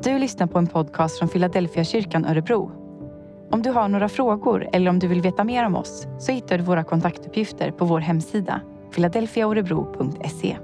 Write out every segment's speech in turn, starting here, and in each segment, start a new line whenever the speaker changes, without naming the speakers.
Du lyssnar på en podcast från Philadelphia kyrkan Örebro. Om du har några frågor eller om du vill veta mer om oss så hittar du våra kontaktuppgifter på vår hemsida philadelphiaorebro.se.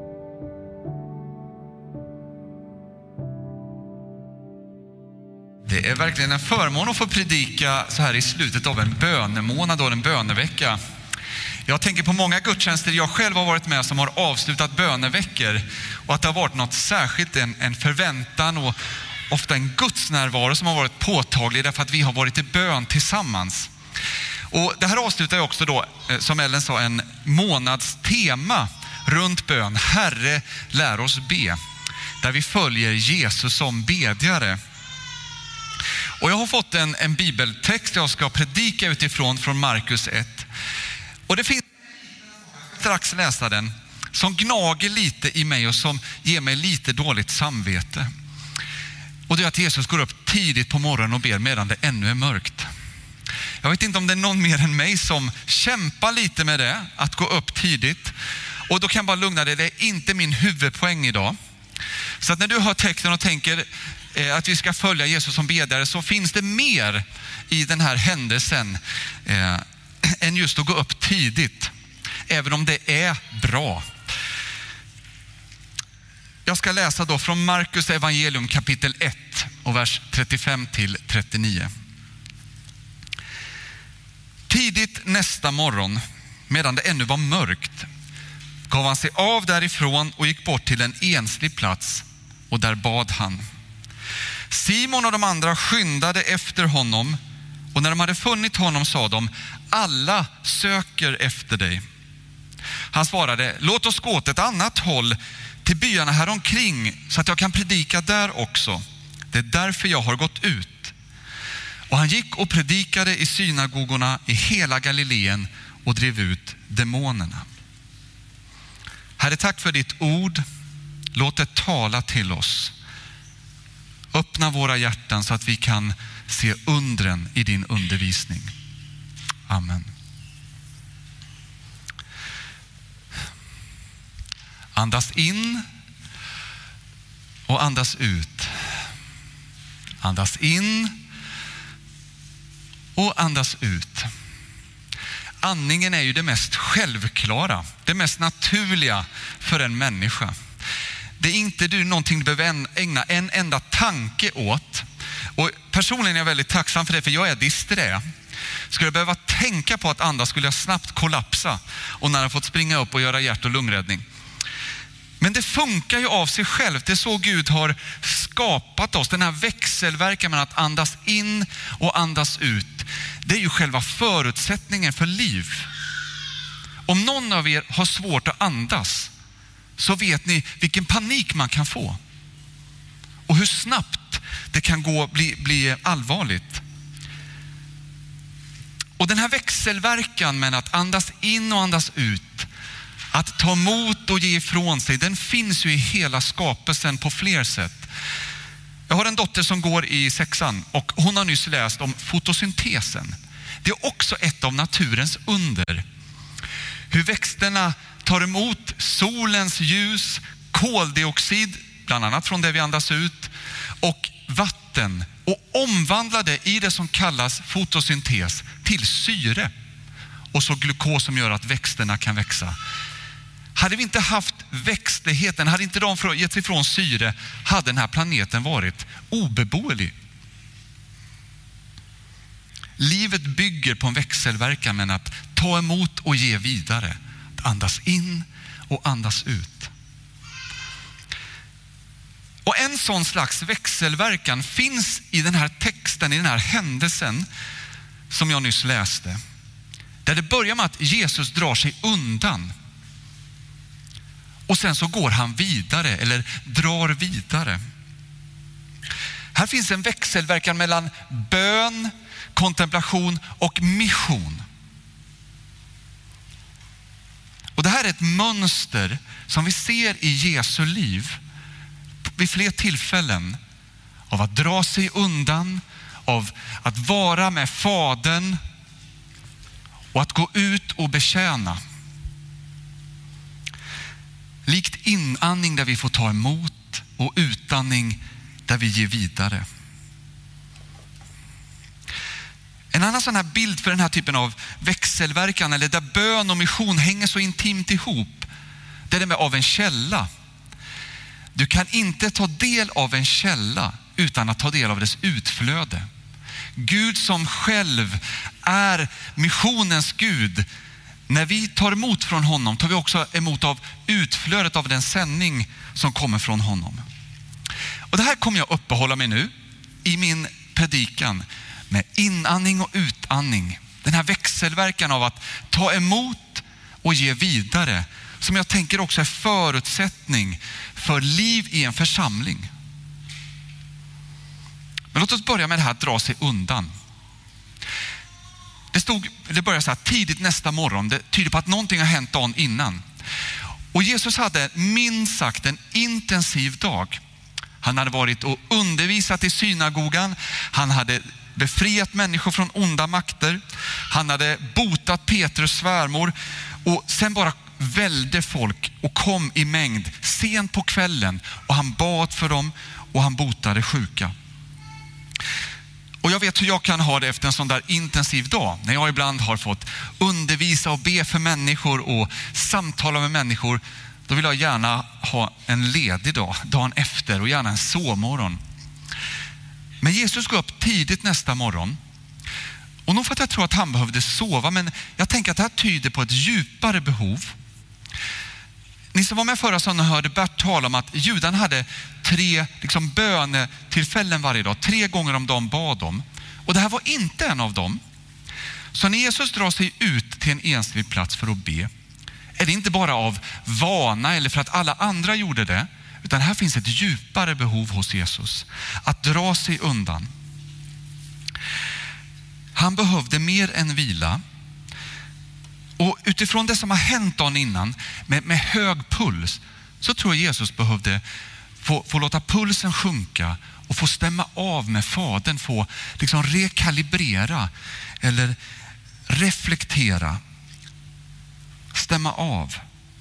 Det är verkligen en förmån att få predika så här i slutet av en bönemånad och en bönevecka. Jag tänker på många gudstjänster jag själv har varit med som har avslutat böneveckor och att det har varit något särskilt, en förväntan och ofta en gudsnärvaro som har varit påtaglig därför att vi har varit i bön tillsammans. Och det här avslutar jag också då, som Ellen sa, en månads tema runt bön. Herre, lär oss be. Där vi följer Jesus som bedjare. Och jag har fått en bibeltext jag ska predika utifrån från Markus 1. Och det finns, strax läsa den, som gnager lite i mig och som ger mig lite dåligt samvete. Och det är att Jesus går upp tidigt på morgonen och ber medan det ännu är mörkt. Jag vet inte om det är någon mer än mig som kämpar lite med det, att gå upp tidigt. Och då kan jag bara lugna dig, det är inte min huvudpoäng idag. Så att när du hör texten och tänker att vi ska följa Jesus som bedjare, så finns det mer i den här händelsen än just att gå upp tidigt. Även om det är bra. Jag ska läsa då från Markus evangelium kapitel 1 och vers 35 till 39. Tidigt nästa morgon, medan det ännu var mörkt, gav han sig av därifrån och gick bort till en enslig plats, och där bad han. Simon och de andra skyndade efter honom, och när de hade funnit honom sa de: alla söker efter dig. Han svarade: låt oss gå åt ett annat håll, till byarna här omkring, så att jag kan predika där också. Det är därför jag har gått ut. Och han gick och predikade i synagogorna i hela Galileen och drev ut demonerna. Herre, tack för ditt ord. Låt det tala till oss. Öppna våra hjärtan så att vi kan se undren i din undervisning. Amen. Andas in och andas ut. Andas in och andas ut. Andningen är ju det mest självklara, det mest naturliga för en människa. Det är inte någonting du behöver ägna en enda tanke åt. Och personligen är jag väldigt tacksam för det, för jag är disträ. Skulle jag behöva tänka på att andas skulle jag snabbt kollapsa och när jag fått springa upp och göra hjärt- och lungräddning. Men det funkar ju av sig självt. Det är så Gud har skapat oss. Den här växelverkan med att andas in och andas ut. Det är ju själva förutsättningen för liv. Om någon av er har svårt att andas, så vet ni vilken panik man kan få. Och hur snabbt det kan gå bli allvarligt. Och den här växelverkan med att andas in och andas ut, att ta emot och ge ifrån sig, den finns ju i hela skapelsen på fler sätt. Jag har en dotter som går i 6:an och hon har nyss läst om fotosyntesen. Det är också ett av naturens under. Hur växterna tar emot solens ljus, koldioxid, bland annat från det vi andas ut, och vatten, och omvandlar det i det som kallas fotosyntes till syre. Och så glukos som gör att växterna kan växa. Hade vi inte haft växtligheten, hade inte de gett sig ifrån syre, hade den här planeten varit obeboelig. Livet bygger på en växelverkan med att ta emot och ge vidare. Att andas in och andas ut. Och en sån slags växelverkan finns i den här texten, i den här händelsen som jag nyss läste. Där det börjar med att Jesus drar sig undan. Och sen så går han vidare, eller drar vidare. Här finns en växelverkan mellan bön, kontemplation och mission. Och det här är ett mönster som vi ser i Jesu liv vid fler tillfällen. Av att dra sig undan, av att vara med Fadern och att gå ut och betjäna. Likt inandning där vi får ta emot och utandning där vi ger vidare. En annan sån här bild för den här typen av växelverkan, eller där bön och mission hänger så intimt ihop, det är det med av en källa. Du kan inte ta del av en källa utan att ta del av dess utflöde. Gud som själv är missionens Gud. När vi tar emot från honom tar vi också emot av utflödet av den sändning som kommer från honom. Och det här kommer jag uppehålla mig nu i min predikan med inandning och utandning. Den här växelverkan av att ta emot och ge vidare, som jag tänker också är förutsättning för liv i en församling. Men låt oss börja med det här att dra sig undan. Det börjar så här tidigt nästa morgon. Det tyder på att någonting har hänt dagen innan. Och Jesus hade minst sagt en intensiv dag. Han hade varit och undervisat i synagogan. Han hade befriat människor från onda makter. Han hade botat Petrus svärmor. Och sen bara välde folk och kom i mängd sent på kvällen. Och han bad för dem och han botade sjuka. Och jag vet hur jag kan ha det efter en sån där intensiv dag. När jag ibland har fått undervisa och be för människor och samtala med människor. Då vill jag gärna ha en ledig dag, dagen efter, och gärna en sovmorgon. Men Jesus går upp tidigt nästa morgon. Och nog för att jag tror att han behövde sova, men jag tänker att det här tyder på ett djupare behov. Ni som var med förra söndagen hörde Bert tala om att judarna hade 3 bönetillfällen varje dag. 3 gånger om dagen bad de. Och det här var inte en av dem. Så när Jesus drar sig ut till en enslig plats för att be, är det inte bara av vana eller för att alla andra gjorde det, utan här finns ett djupare behov hos Jesus. Att dra sig undan. Han behövde mer än vila. Och utifrån det som har hänt dagen innan med hög puls, så tror jag Jesus behövde få låta pulsen sjunka och få stämma av med Fadern, få liksom rekalibrera eller reflektera, stämma av.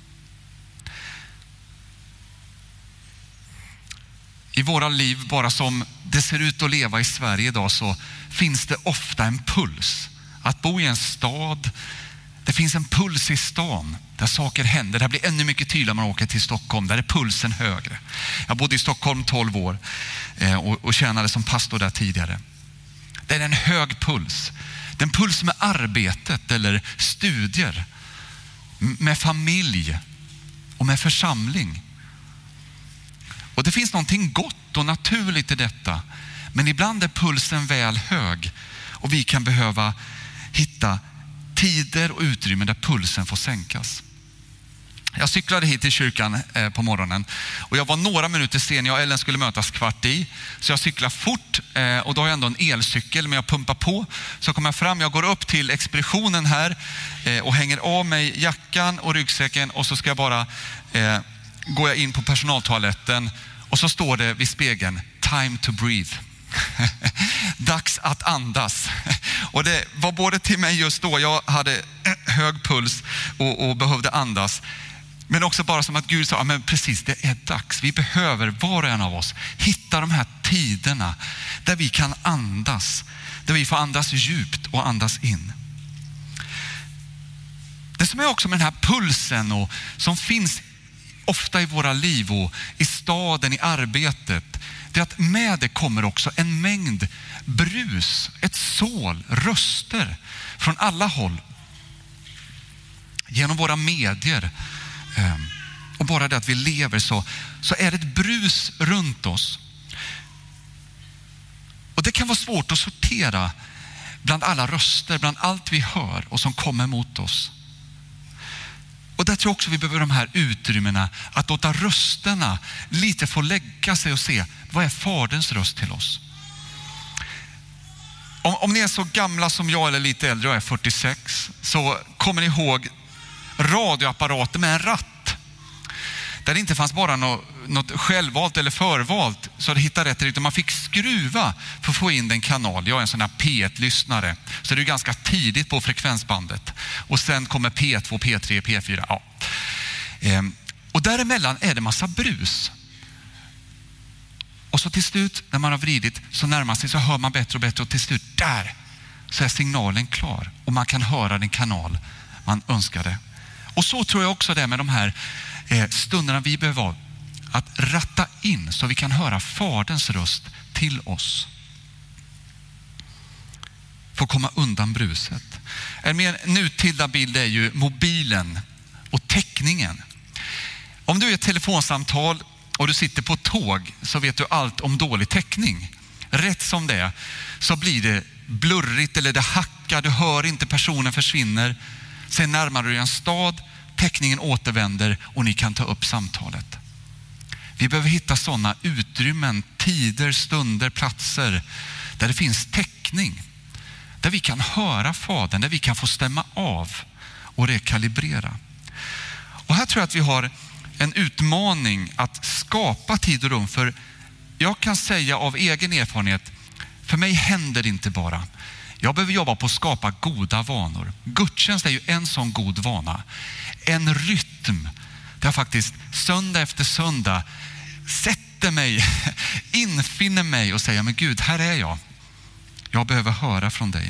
I våra liv, bara som det ser ut att leva i Sverige idag, så finns det ofta en puls. Att bo i en stad, det finns en puls i stan där saker händer. Det här blir ännu mycket tydligare när man åker till Stockholm. Där är pulsen högre. Jag bodde i Stockholm 12 år och tjänade som pastor där tidigare. Det är en hög puls. Det är en puls med arbetet eller studier, med familj och med församling. Och det finns någonting gott och naturligt i detta. Men ibland är pulsen väl hög och vi kan behöva hitta tider och utrymmen där pulsen får sänkas. Jag cyklade hit till kyrkan på morgonen och jag var några minuter sen. Jag och Ellen skulle mötas 15:15. Så jag cyklar fort och då har jag ändå en elcykel, men jag pumpar på. Så kommer jag fram, jag går upp till expeditionen här och hänger av mig jackan och ryggsäcken, och så ska jag bara går jag in på personaltoaletten och så står det vid spegeln: time to breathe. Dags att andas. Och det var både till mig just då, jag hade hög puls och behövde andas, men också bara som att Gud sa, men precis, det är dags. Vi behöver, var och en av oss, hitta de här tiderna där vi kan andas, där vi får andas djupt och andas in. Det som är också med den här pulsen och som finns ofta i våra liv och i staden, i arbetet, det är att med det kommer också en mängd brus, ett sål, röster från alla håll. Genom våra medier och bara det att vi lever så är det ett brus runt oss. Och det kan vara svårt att sortera bland alla röster, bland allt vi hör och som kommer mot oss. Och där tror jag också vi behöver de här utrymmena att låta rösterna lite få lägga sig och se, vad är Faderns röst till oss? Om ni är så gamla som jag eller lite äldre, jag är 46, så kommer ni ihåg radioapparater med en ratt. Där det inte fanns bara något självvalt eller förvalt så det hittade rätt, utan man fick skruva för att få in den kanal. Jag är en sån här P1-lyssnare, så det är ganska tidigt på frekvensbandet. Och sen kommer P2, P3, P4. Ja. Och däremellan är det massa brus. Och så till slut när man har vridit så närmar sig så hör man bättre och bättre och till slut där så är signalen klar och man kan höra den kanal man önskade. Och så tror jag också det är med de här stunderna vi behöver ha, att ratta in så vi kan höra Faderns röst till oss. Få komma undan bruset. En mer nutida bild är ju mobilen och täckningen. Om du är ett telefonsamtal och du sitter på tåg så vet du allt om dålig täckning. Rätt som det är så blir det blurrigt eller det hackar, du hör inte, personen försvinner. Sen närmar du dig en stad, täckningen återvänder och ni kan ta upp samtalet. Vi behöver hitta sådana utrymmen, tider, stunder, platser där det finns täckning. Där vi kan höra Fadern, där vi kan få stämma av och rekalibrera. Och här tror jag att vi har en utmaning att skapa tid och rum. För jag kan säga av egen erfarenhet, för mig händer det inte bara. Jag behöver jobba på att skapa goda vanor. Gudstjänst är ju en sån god vana. En rytm där jag faktiskt söndag efter söndag sätter mig, infinner mig och säger, men Gud, här är jag. Jag behöver höra från dig.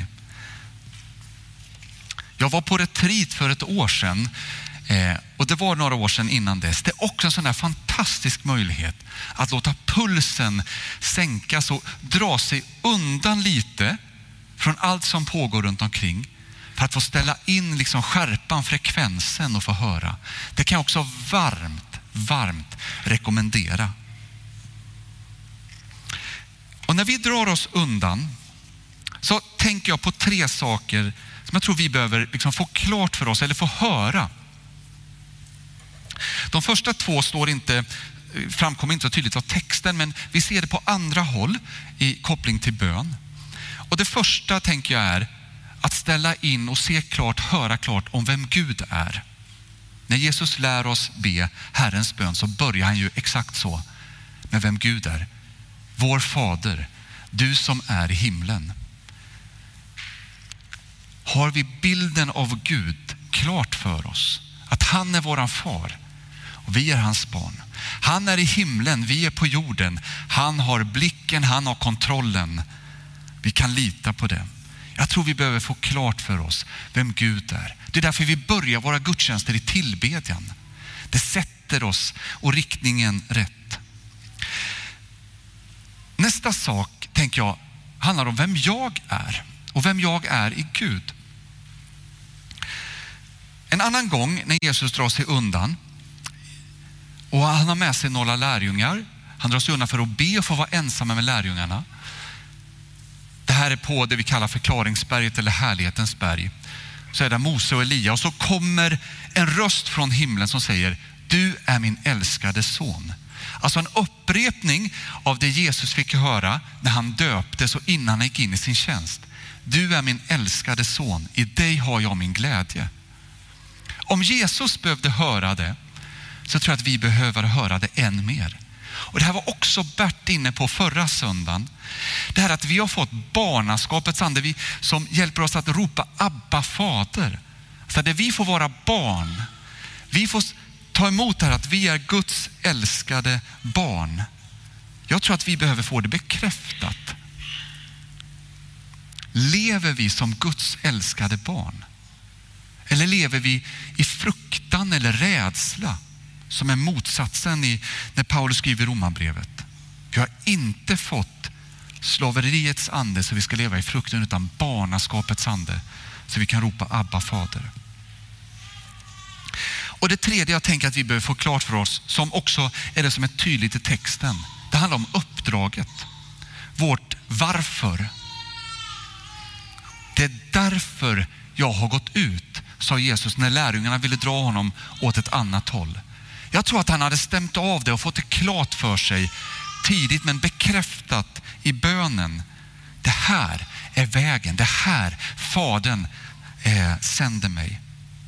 Jag var på retreat för ett år sedan och det var några år sedan innan dess. Det är också en sån här fantastisk möjlighet att låta pulsen sänkas och dra sig undan lite från allt som pågår runt omkring för att få ställa in liksom skärpan, frekvensen och få höra. Det kan jag också varmt rekommendera. Och när vi drar oss undan så tänker jag på 3 saker som jag tror vi behöver liksom få klart för oss eller få höra. De första 2 framkommer inte så tydligt av texten, men vi ser det på andra håll i koppling till bön. Och det första tänker jag är att ställa in och se klart, höra klart om vem Gud är. När Jesus lär oss be Herrens bön så börjar han ju exakt så med vem Gud är. Vår Fader, du som är i himlen. Har vi bilden av Gud klart för oss? Att han är våran far och vi är hans barn. Han är i himlen, vi är på jorden. Han har blicken, han har kontrollen. Vi kan lita på det. Jag tror vi behöver få klart för oss vem Gud är. Det är därför vi börjar våra gudstjänster i tillbedjan. Det sätter oss och riktningen rätt. Nästa sak, tänker jag, handlar om vem jag är och vem jag är i Gud. En annan gång när Jesus drar sig undan och han har med sig några lärjungar. Han drar sig undan för att be och få vara ensam med lärjungarna. Det här är på det vi kallar förklaringsberget eller härlighetens berg. Så är det Mose och Elia och så kommer en röst från himlen som säger, du är min älskade son. Alltså en upprepning av det Jesus fick höra när han döptes och innan han gick in i sin tjänst. Du är min älskade son, i dig har jag min glädje. Om Jesus behövde höra det så tror jag att vi behöver höra det än mer. Och det här var också Bert inne på förra söndagen. Det här att vi har fått barnaskapets ande som hjälper oss att ropa Abba fader. Så där vi får vara barn. Vi får ta emot det här att vi är Guds älskade barn. Jag tror att vi behöver få det bekräftat. Lever vi som Guds älskade barn? Eller lever vi i fruktan eller rädsla? Som är motsatsen när Paulus skriver Romarbrevet. Vi har inte fått slaveriets ande så vi ska leva i frukten, utan barnaskapets ande så vi kan ropa Abba fader. Och det tredje jag tänker att vi behöver få klart för oss, som också är det som är tydligt i texten. Det handlar om uppdraget. Vårt varför. Det är därför jag har gått ut, sa Jesus när lärjungarna ville dra honom åt ett annat håll. Jag tror att han hade stämt av det och fått det klart för sig tidigt, men bekräftat i bönen. Det här är vägen, det här Fadern sänder mig.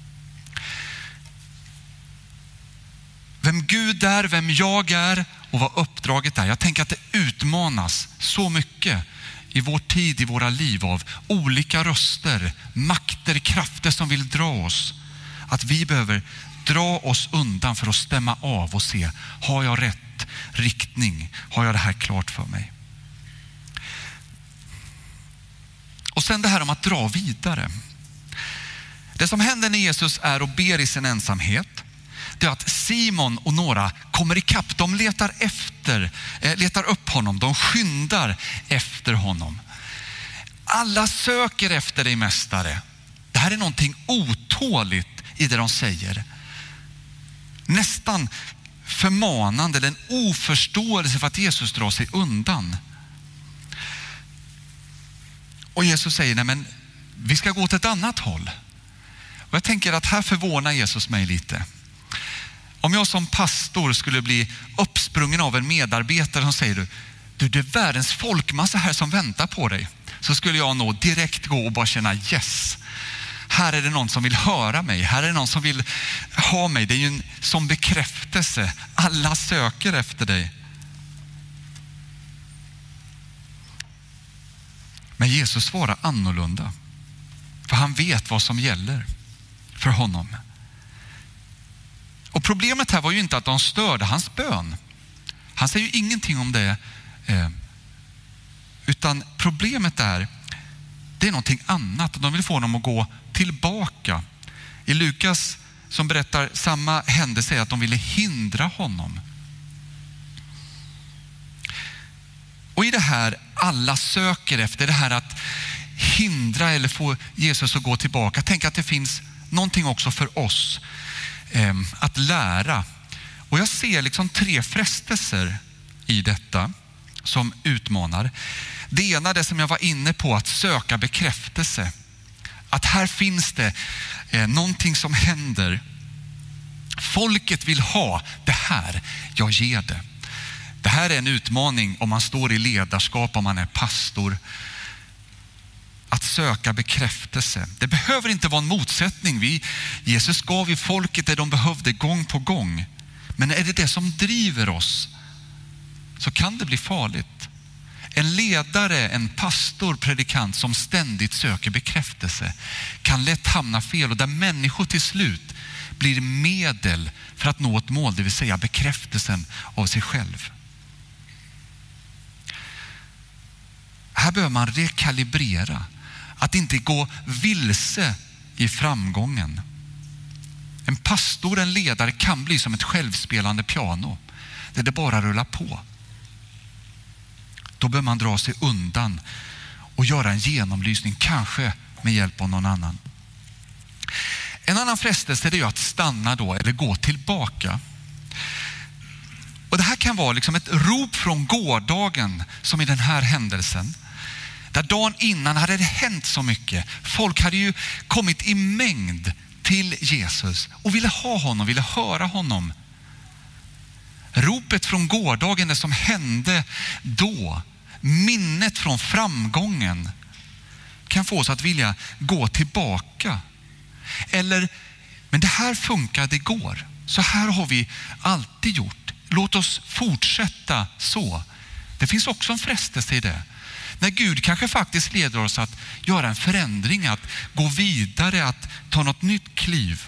Vem Gud är, vem jag är och vad uppdraget är. Jag tänker att det utmanas så mycket i vår tid, i våra liv av olika röster, makter, krafter som vill dra oss. Att vi behöver dra oss undan för att stämma av och se, har jag rätt riktning? Har jag det här klart för mig? Och sen det här om att dra vidare. Det som händer när Jesus är och ber i sin ensamhet, det är att Simon och några kommer ikapp. De letar upp honom. De skyndar efter honom. Alla söker efter dig, mästare. Det här är någonting otåligt i det de säger. Nästan förmanande eller en oförståelse för att Jesus drar sig undan. Och Jesus säger, nej men vi ska gå till ett annat håll. Och jag tänker att här förvånar Jesus mig lite. Om jag som pastor skulle bli uppsprungen av en medarbetare som säger, du det är världens folkmassa här som väntar på dig. Så skulle jag nog direkt gå och bara känna, yes. Här är det någon som vill höra mig. Här är det någon som vill ha mig. Det är ju en som bekräftelse. Alla söker efter dig. Men Jesus svarar annorlunda. För han vet vad som gäller för honom. Och problemet här var ju inte att de störde hans bön. Han säger ju ingenting om det. Utan problemet är, det är någonting annat. De vill få honom att gå tillbaka. I Lukas som berättar samma händelse är att de ville hindra honom. Och i det här alla söker efter, det här att hindra eller få Jesus att gå tillbaka. Tänk att det finns någonting också för oss att lära. Och jag ser liksom 3 frestelser i detta som utmanar. Det ena, det som jag var inne på, att söka bekräftelse. Att här finns det någonting som händer. Folket vill ha det här, jag ger det. Det här är en utmaning om man står i ledarskap, om man är pastor. Att söka bekräftelse. Det behöver inte vara en motsättning. Jesus gav ju folket det de behövde gång på gång. Men är det det som driver oss, så kan det bli farligt. En ledare, en pastor, predikant som ständigt söker bekräftelse kan lätt hamna fel, och där människor till slut blir medel för att nå ett mål, det vill säga bekräftelsen av sig själv. Här behöver man rekalibrera, att inte gå vilse i framgången. En pastor, en ledare kan bli som ett självspelande piano där det bara rullar på. Då bör man dra sig undan och göra en genomlysning, kanske med hjälp av någon annan. En annan frestelse är att stanna då eller gå tillbaka. Och det här kan vara liksom ett rop från gårdagen, som i den här händelsen. Där dagen innan hade det hänt så mycket. Folk hade ju kommit i mängd till Jesus och ville ha honom, ville höra honom. Ropet från gårdagen, det som hände då, minnet från framgången, kan få oss att vilja gå tillbaka. Eller, men det här funkade igår. Så här har vi alltid gjort. Låt oss fortsätta så. Det finns också en frestelse i det. När Gud kanske faktiskt leder oss att göra en förändring, att gå vidare, att ta något nytt kliv.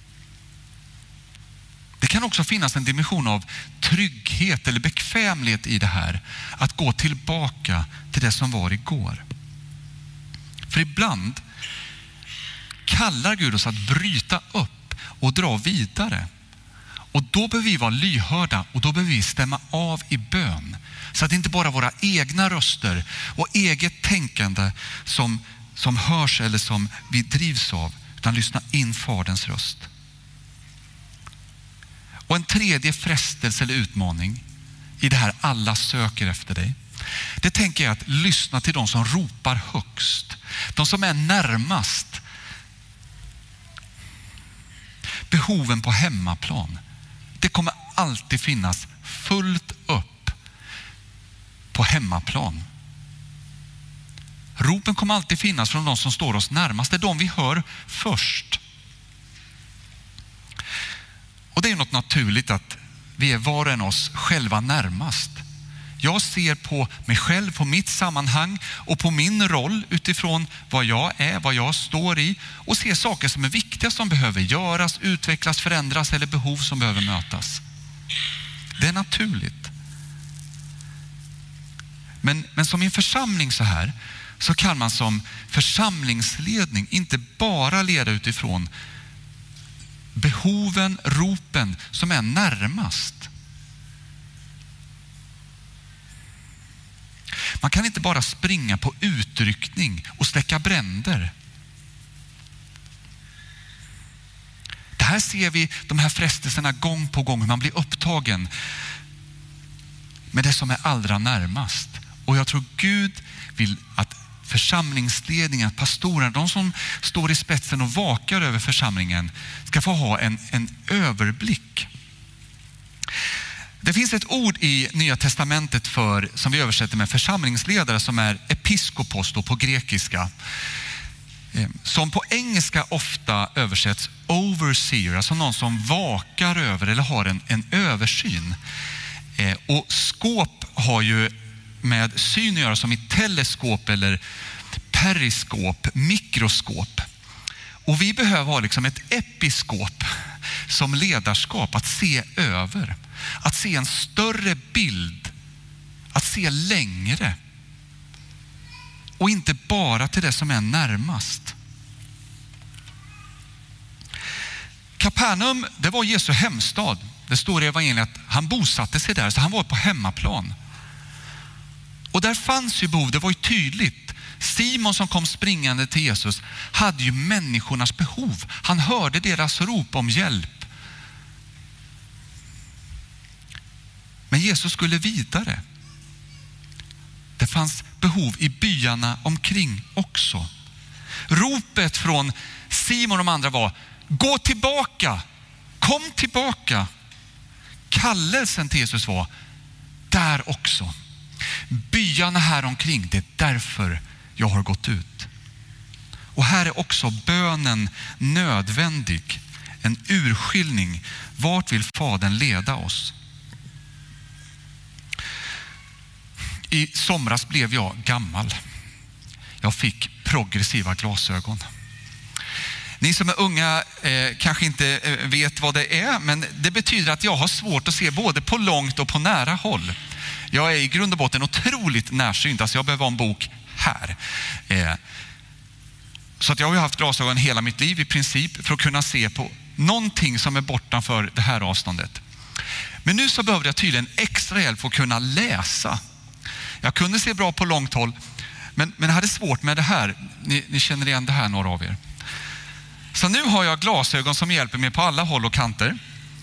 Det kan också finnas en dimension av trygghet eller bekvämlighet i det här. Att gå tillbaka till det som var igår. För ibland kallar Gud oss att bryta upp och dra vidare. Och då behöver vi vara lyhörda, och då behöver vi stämma av i bön. Så att det inte bara är våra egna röster och eget tänkande som hörs eller som vi drivs av, utan lyssna in Faderns röst. Och en tredje frestelse eller utmaning i det här alla söker efter dig, det tänker jag att lyssna till de som ropar högst. De som är närmast behoven på hemmaplan. Det kommer alltid finnas fullt upp på hemmaplan. Ropen kommer alltid finnas från de som står oss närmast. Det är de vi hör först. Och det är något naturligt att vi är var och en oss själva närmast. Jag ser på mig själv, på mitt sammanhang och på min roll utifrån vad jag är, vad jag står i, och ser saker som är viktiga som behöver göras, utvecklas, förändras eller behov som behöver mötas. Det är naturligt. Men som i en församling så kan man som församlingsledning inte bara leda utifrån behoven, ropen som är närmast. Man kan inte bara springa på utryckning och släcka bränder. Det här ser vi, de här frestelserna gång på gång, hur man blir upptagen med det som är allra närmast. Och jag tror Gud vill att församlingsledningen, pastorerna, de som står i spetsen och vakar över församlingen, ska få ha en överblick. Det finns ett ord i Nya testamentet som vi översätter med församlingsledare, som är episkopos på grekiska. Som på engelska ofta översätts overseer, alltså någon som vakar över eller har en översyn. Och skåp har ju med syn att göra, som i teleskop eller periskop, mikroskop. Och vi behöver ha liksom ett episkop som ledarskap, att se över, att se en större bild, att se längre och inte bara till det som är närmast. Kapernaum, det var Jesu hemstad. Det står i evangeliet att han bosatte sig där, så han var på hemmaplan. Och där fanns ju behov, det var ju tydligt. Simon som kom springande till Jesus hade ju människornas behov. Han hörde deras rop om hjälp. Men Jesus skulle vidare. Det fanns behov i byarna omkring också. Ropet från Simon och de andra var: gå tillbaka, kom tillbaka. Kallelsen till Jesus var där också. Byarna här omkring, det är därför jag har gått ut. Och här är också bönen nödvändig. En urskiljning. Vart vill Fadern leda oss? I somras blev jag gammal. Jag fick progressiva glasögon. Ni som är unga kanske inte vet vad det är, men det betyder att jag har svårt att se både på långt och på nära håll. Jag är i grund och botten otroligt närsynt, alltså jag behöver ha en bok här. Så att jag har ju haft glasögon hela mitt liv i princip för att kunna se på någonting som är bortanför det här avståndet. Men nu så behövde jag tydligen extra hjälp för att kunna läsa. Jag kunde se bra på långt håll, men jag hade svårt med det här. Ni känner igen det här, några av er. Så nu har jag glasögon som hjälper mig på alla håll och kanter.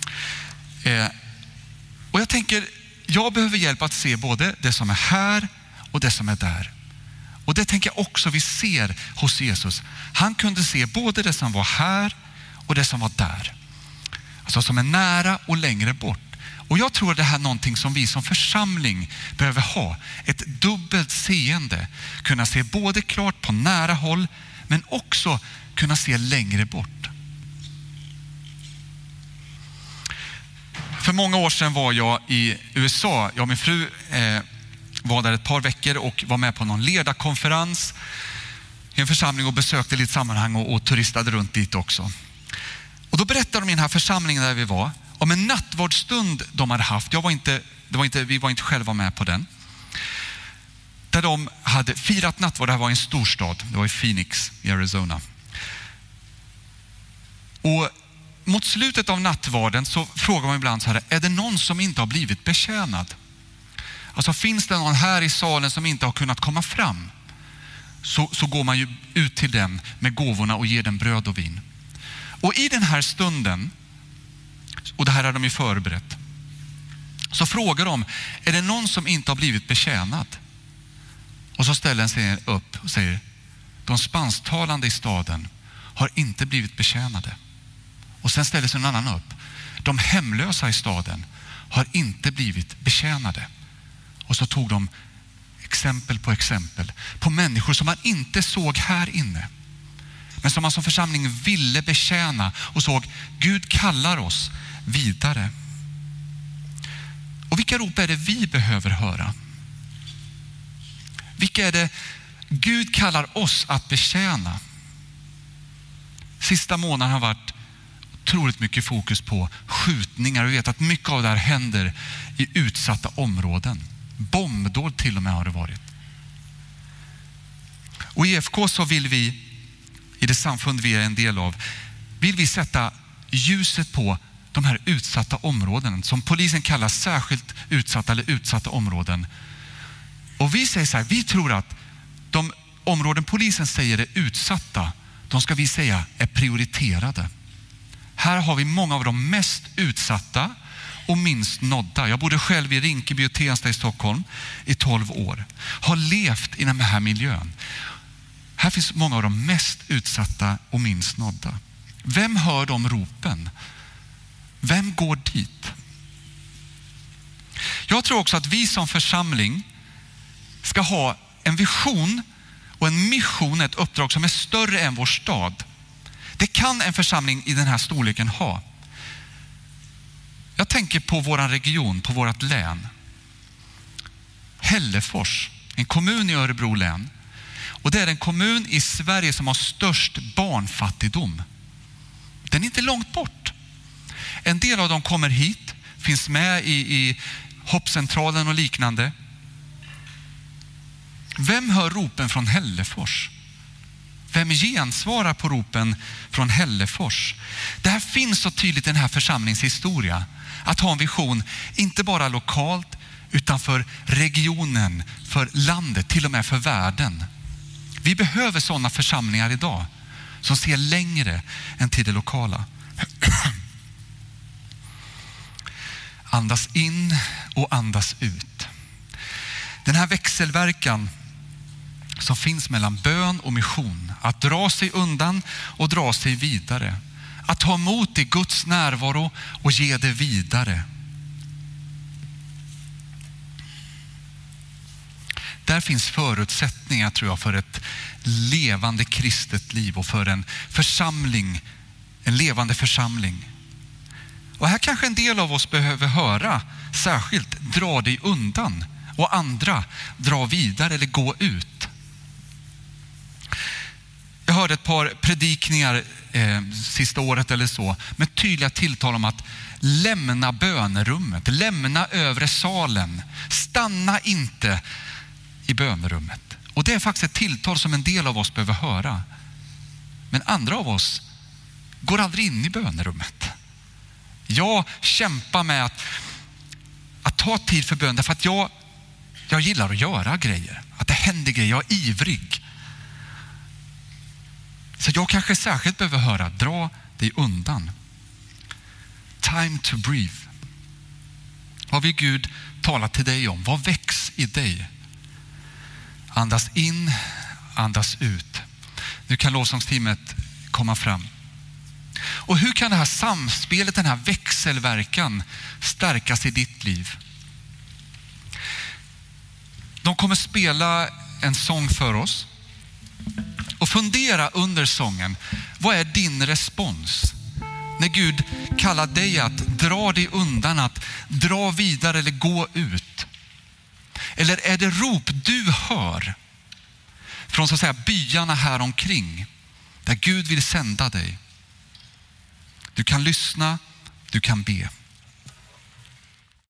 Och jag tänker, jag behöver hjälp att se både det som är här och det som är där. Och det tänker jag också vi ser hos Jesus. Han kunde se både det som var här och det som var där. Alltså som är nära och längre bort. Och jag tror att det här är någonting som vi som församling behöver ha. Ett dubbelt seende. Kunna se både klart på nära håll, men också kunna se längre bort. För många år sedan var jag i USA. Jag och min fru var där ett par veckor och var med på någon ledarkonferens i en församling och besökte lite sammanhang och turistade runt dit också. Och då berättade de i den här församlingen där vi var om en nattvardsstund de hade haft. Vi var inte själva med på den. Där de hade firat nattvard. Det här var en storstad. Det var i Phoenix i Arizona. Och mot slutet av nattvarden så frågar man ibland så här: är det någon som inte har blivit betjänad? Alltså finns det någon här i salen som inte har kunnat komma fram? Så går man ju ut till den med gåvorna och ger den bröd och vin. Och i den här stunden, och det här har de ju förberett, så frågar de: är det någon som inte har blivit betjänad? Och så ställer en sig upp och säger: de spansktalande i staden har inte blivit betjänade. Och sen ställer sig en annan upp: de hemlösa i staden har inte blivit betjänade. Och så tog de exempel på människor som man inte såg här inne, men som man som församling ville betjäna och såg Gud kallar oss vidare. Och vilka rop är det vi behöver höra? Vilka är det Gud kallar oss att betjäna? Sista månaden har varit otroligt mycket fokus på skjutningar. Vi vet att mycket av det här händer i utsatta områden. Bombdåd till och med har det varit. Och i EFK så vill vi, i det samfund vi är en del av, vill vi sätta ljuset på de här utsatta områdena som polisen kallar särskilt utsatta eller utsatta områden. Och vi säger så här, vi tror att de områden polisen säger är utsatta, de ska vi säga är prioriterade. Här har vi många av de mest utsatta och minst nådda. Jag bodde själv i Rinkeby och Tensta i Stockholm i 12 år. Har levt i den här miljön. Här finns många av de mest utsatta och minst nådda. Vem hör de ropen? Vem går dit? Jag tror också att vi som församling ska ha en vision och en mission, ett uppdrag som är större än vår stad. Det kan en församling i den här storleken ha. Jag tänker på vår region, på vårt län. Hällefors, en kommun i Örebro län. Och det är en kommun i Sverige som har störst barnfattigdom. Den är inte långt bort. En del av dem kommer hit, finns med i hoppcentralen och liknande. Vem hör ropen från Hällefors? Vem gensvarar på ropen från Hällefors? Det här finns så tydligt i den här församlingshistoria. Att ha en vision, inte bara lokalt, utan för regionen, för landet, till och med för världen. Vi behöver sådana församlingar idag som ser längre än till det lokala. Andas in och andas ut. Den här växelverkan som finns mellan bön och mission. Att dra sig undan och dra sig vidare. Att ta emot i Guds närvaro och ge det vidare. Där finns förutsättningar, tror jag, för ett levande kristet liv och för en församling, en levande församling. Och här kanske en del av oss behöver höra särskilt dra dig undan och andra dra vidare eller gå ut. Jag hörde ett par predikningar sista året eller så med tydliga tilltal om att lämna bönerummet, lämna övre salen, stanna inte i bönerummet. Och det är faktiskt ett tilltal som en del av oss behöver höra. Men andra av oss går aldrig in i bönerummet. Jag kämpar med att ta tid för bön därför att jag gillar att göra grejer. Att det händer grejer, jag är ivrig. Så jag kanske särskilt behöver höra, dra dig undan. Time to breathe. Vad vill Gud tala till dig om? Vad väcks i dig? Andas in, andas ut. Nu kan lovsångsteamet komma fram. Och hur kan det här samspelet, den här växelverkan stärkas i ditt liv? De kommer spela en sång för oss. Och fundera under sången. Vad är din respons? När Gud kallar dig att dra dig undan, att dra vidare eller gå ut. Eller är det rop du hör från så att säga byarna här omkring där Gud vill sända dig? Du kan lyssna, du kan be.